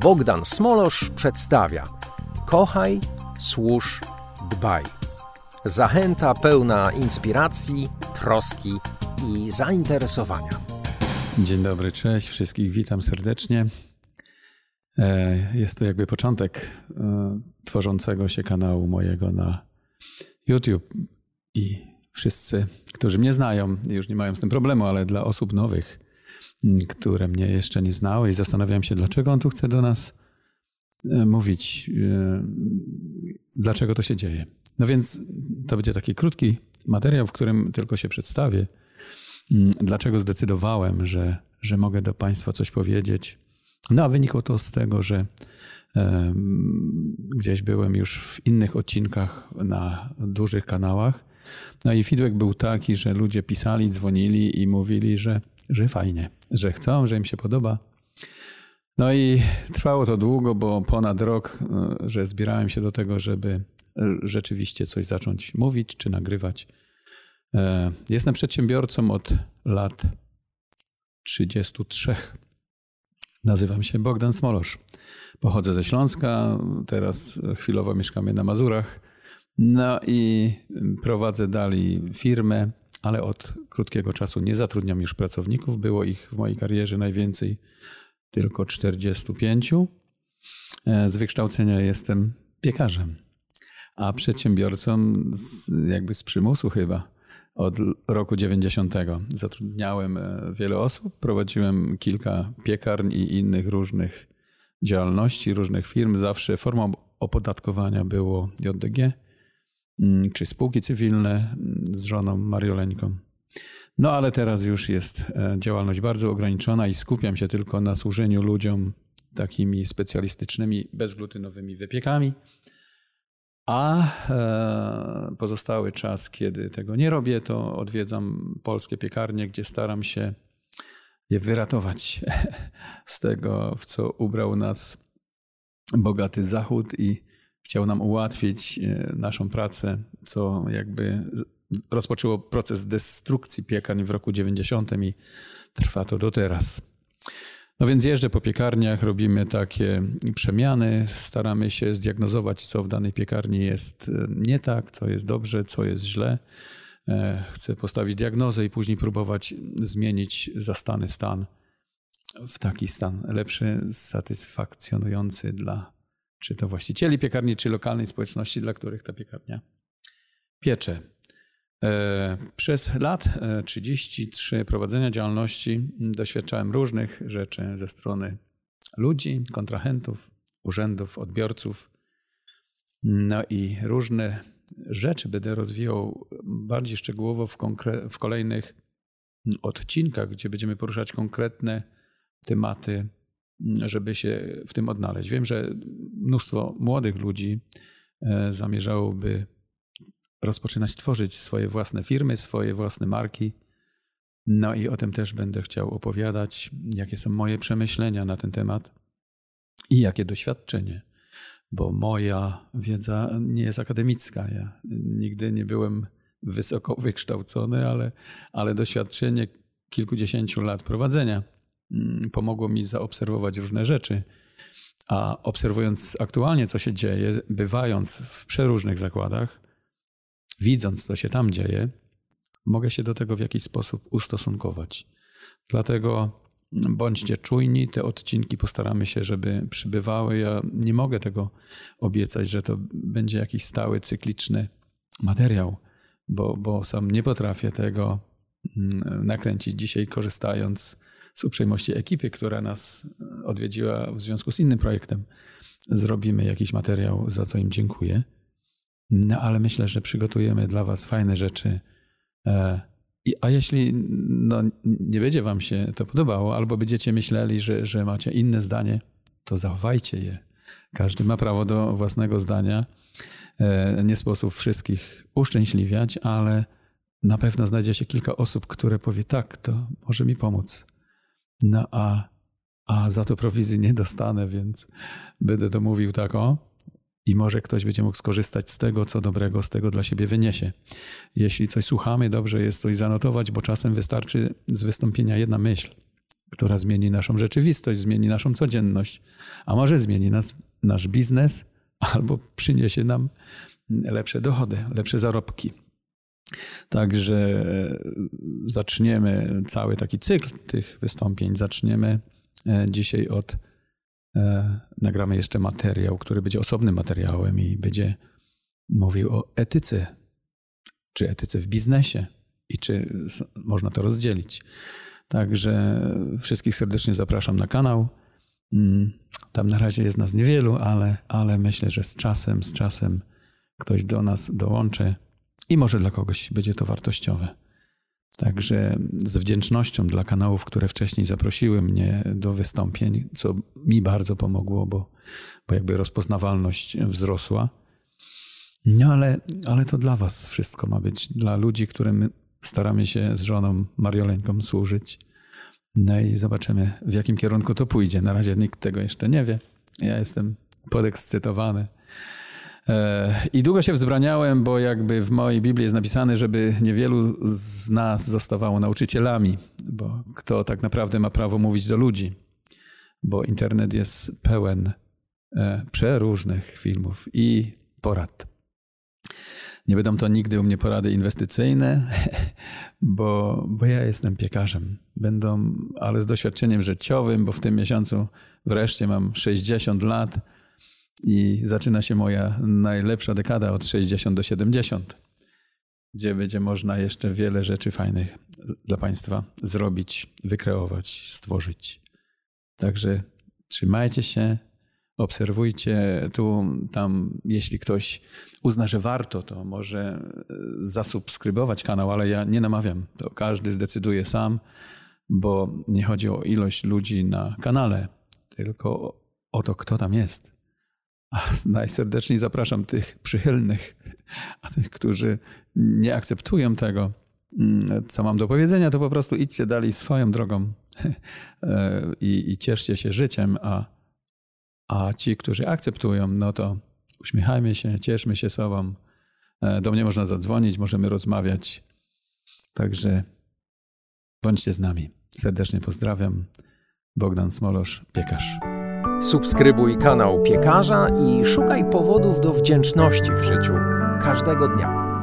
Bogdan Smolosz przedstawia Kochaj, służ, dbaj. Zachęta pełna inspiracji, troski i zainteresowania. Dzień dobry, cześć, wszystkich witam serdecznie. Jest to jakby początek tworzącego się kanału mojego na YouTube i wszyscy, którzy mnie znają, już nie mają z tym problemu, ale dla osób nowych, które mnie jeszcze nie znały i zastanawiałem się, dlaczego on tu chce do nas mówić, dlaczego to się dzieje. No więc to będzie taki krótki materiał, w którym tylko się przedstawię, dlaczego zdecydowałem, że mogę do Państwa coś powiedzieć. No a wynikło to z tego, że gdzieś byłem już w innych odcinkach na dużych kanałach. No i feedback był taki, że ludzie pisali, dzwonili i mówili, że fajnie, że chcą, że im się podoba. No i trwało to długo, bo ponad rok, że zbierałem się do tego, żeby rzeczywiście coś zacząć mówić czy nagrywać. Jestem przedsiębiorcą od lat 33. Nazywam się Bogdan Smolosz. Pochodzę ze Śląska, teraz chwilowo mieszkamy na Mazurach. No i prowadzę dalej firmę, ale od krótkiego czasu nie zatrudniam już pracowników. Było ich w mojej karierze najwięcej, tylko 45. Z wykształcenia jestem piekarzem, a przedsiębiorcą jakby z przymusu chyba od roku 90. Zatrudniałem wiele osób, prowadziłem kilka piekarń i innych różnych działalności, różnych firm. Zawsze formą opodatkowania było JDG czy spółki cywilne z żoną Marioleńką. No ale teraz już jest działalność bardzo ograniczona i skupiam się tylko na służeniu ludziom takimi specjalistycznymi, bezglutenowymi wypiekami. A pozostały czas, kiedy tego nie robię, to odwiedzam polskie piekarnie, gdzie staram się je wyratować z tego, w co ubrał nas bogaty Zachód i chciał nam ułatwić naszą pracę, co jakby rozpoczęło proces destrukcji piekarń w roku 90 i trwa to do teraz. No więc jeżdżę po piekarniach, robimy takie przemiany, staramy się zdiagnozować, co w danej piekarni jest nie tak, co jest dobrze, co jest źle. Chcę postawić diagnozę i później próbować zmienić zastany stan w taki stan lepszy, satysfakcjonujący dla czy to właścicieli piekarni, czy lokalnej społeczności, dla których ta piekarnia piecze. Przez lat 33 prowadzenia działalności doświadczałem różnych rzeczy ze strony ludzi, kontrahentów, urzędów, odbiorców. No i różne rzeczy będę rozwijał bardziej szczegółowo w kolejnych odcinkach, gdzie będziemy poruszać konkretne tematy, żeby się w tym odnaleźć. Wiem, że mnóstwo młodych ludzi zamierzałoby rozpoczynać tworzyć swoje własne firmy, swoje własne marki. No i o tym też będę chciał opowiadać, jakie są moje przemyślenia na ten temat i jakie doświadczenie, bo moja wiedza nie jest akademicka. Ja nigdy nie byłem wysoko wykształcony, ale doświadczenie kilkudziesięciu lat prowadzenia pomogło mi zaobserwować różne rzeczy. A obserwując aktualnie, co się dzieje, bywając w przeróżnych zakładach, widząc, co się tam dzieje, mogę się do tego w jakiś sposób ustosunkować. Dlatego bądźcie czujni, te odcinki postaramy się, żeby przybywały. Ja nie mogę tego obiecać, że to będzie jakiś stały, cykliczny materiał, bo sam nie potrafię tego nakręcić dzisiaj, korzystając z uprzejmości ekipy, która nas odwiedziła w związku z innym projektem. Zrobimy jakiś materiał, za co im dziękuję. No ale myślę, że przygotujemy dla was fajne rzeczy. A jeśli nie będzie wam się to podobało, albo będziecie myśleli, że macie inne zdanie, to zachowajcie je. Każdy ma prawo do własnego zdania. Nie sposób wszystkich uszczęśliwiać, ale na pewno znajdzie się kilka osób, które powie tak, to może mi pomóc. No a za to prowizji nie dostanę, więc będę to mówił tak i może ktoś będzie mógł skorzystać z tego, co dobrego z tego dla siebie wyniesie. Jeśli coś słuchamy, dobrze jest coś zanotować, bo czasem wystarczy z wystąpienia jedna myśl która zmieni naszą rzeczywistość, zmieni naszą codzienność, a może zmieni nasz biznes albo przyniesie nam lepsze dochody, lepsze zarobki. Także zaczniemy cały taki cykl tych wystąpień. Zaczniemy dzisiaj nagramy jeszcze materiał, który będzie osobnym materiałem i będzie mówił o etyce, czy etyce w biznesie i czy można to rozdzielić. Także wszystkich serdecznie zapraszam na kanał. Tam na razie jest nas niewielu, ale myślę, że z czasem ktoś do nas dołączy i może dla kogoś będzie to wartościowe. Także z wdzięcznością dla kanałów, które wcześniej zaprosiły mnie do wystąpień, co mi bardzo pomogło, bo jakby rozpoznawalność wzrosła. No ale to dla was wszystko ma być, dla ludzi, którym staramy się z żoną Marioleńką służyć. No i zobaczymy, w jakim kierunku to pójdzie. Na razie nikt tego jeszcze nie wie. Ja jestem podekscytowany. I długo się wzbraniałem, bo jakby w mojej Biblii jest napisane, żeby niewielu z nas zostawało nauczycielami, bo kto tak naprawdę ma prawo mówić do ludzi, bo internet jest pełen przeróżnych filmów i porad. Nie będą to nigdy u mnie porady inwestycyjne, bo ja jestem piekarzem. Ale z doświadczeniem życiowym, bo w tym miesiącu wreszcie mam 60 lat i zaczyna się moja najlepsza dekada od 60 do 70, gdzie będzie można jeszcze wiele rzeczy fajnych dla Państwa zrobić, wykreować, stworzyć. Także trzymajcie się. Obserwujcie tu, tam, jeśli ktoś uzna, że warto, to może zasubskrybować kanał, ale ja nie namawiam. To każdy zdecyduje sam, bo nie chodzi o ilość ludzi na kanale, tylko o to, kto tam jest. A najserdeczniej zapraszam tych przychylnych, a tych, którzy nie akceptują tego, co mam do powiedzenia, to po prostu idźcie dalej swoją drogą i cieszcie się życiem, a ci, którzy akceptują, no to uśmiechajmy się, cieszmy się sobą. Do mnie można zadzwonić, możemy rozmawiać. Także bądźcie z nami. Serdecznie pozdrawiam. Bogdan Smolosz, piekarz. Subskrybuj kanał Piekarza i szukaj powodów do wdzięczności w życiu każdego dnia.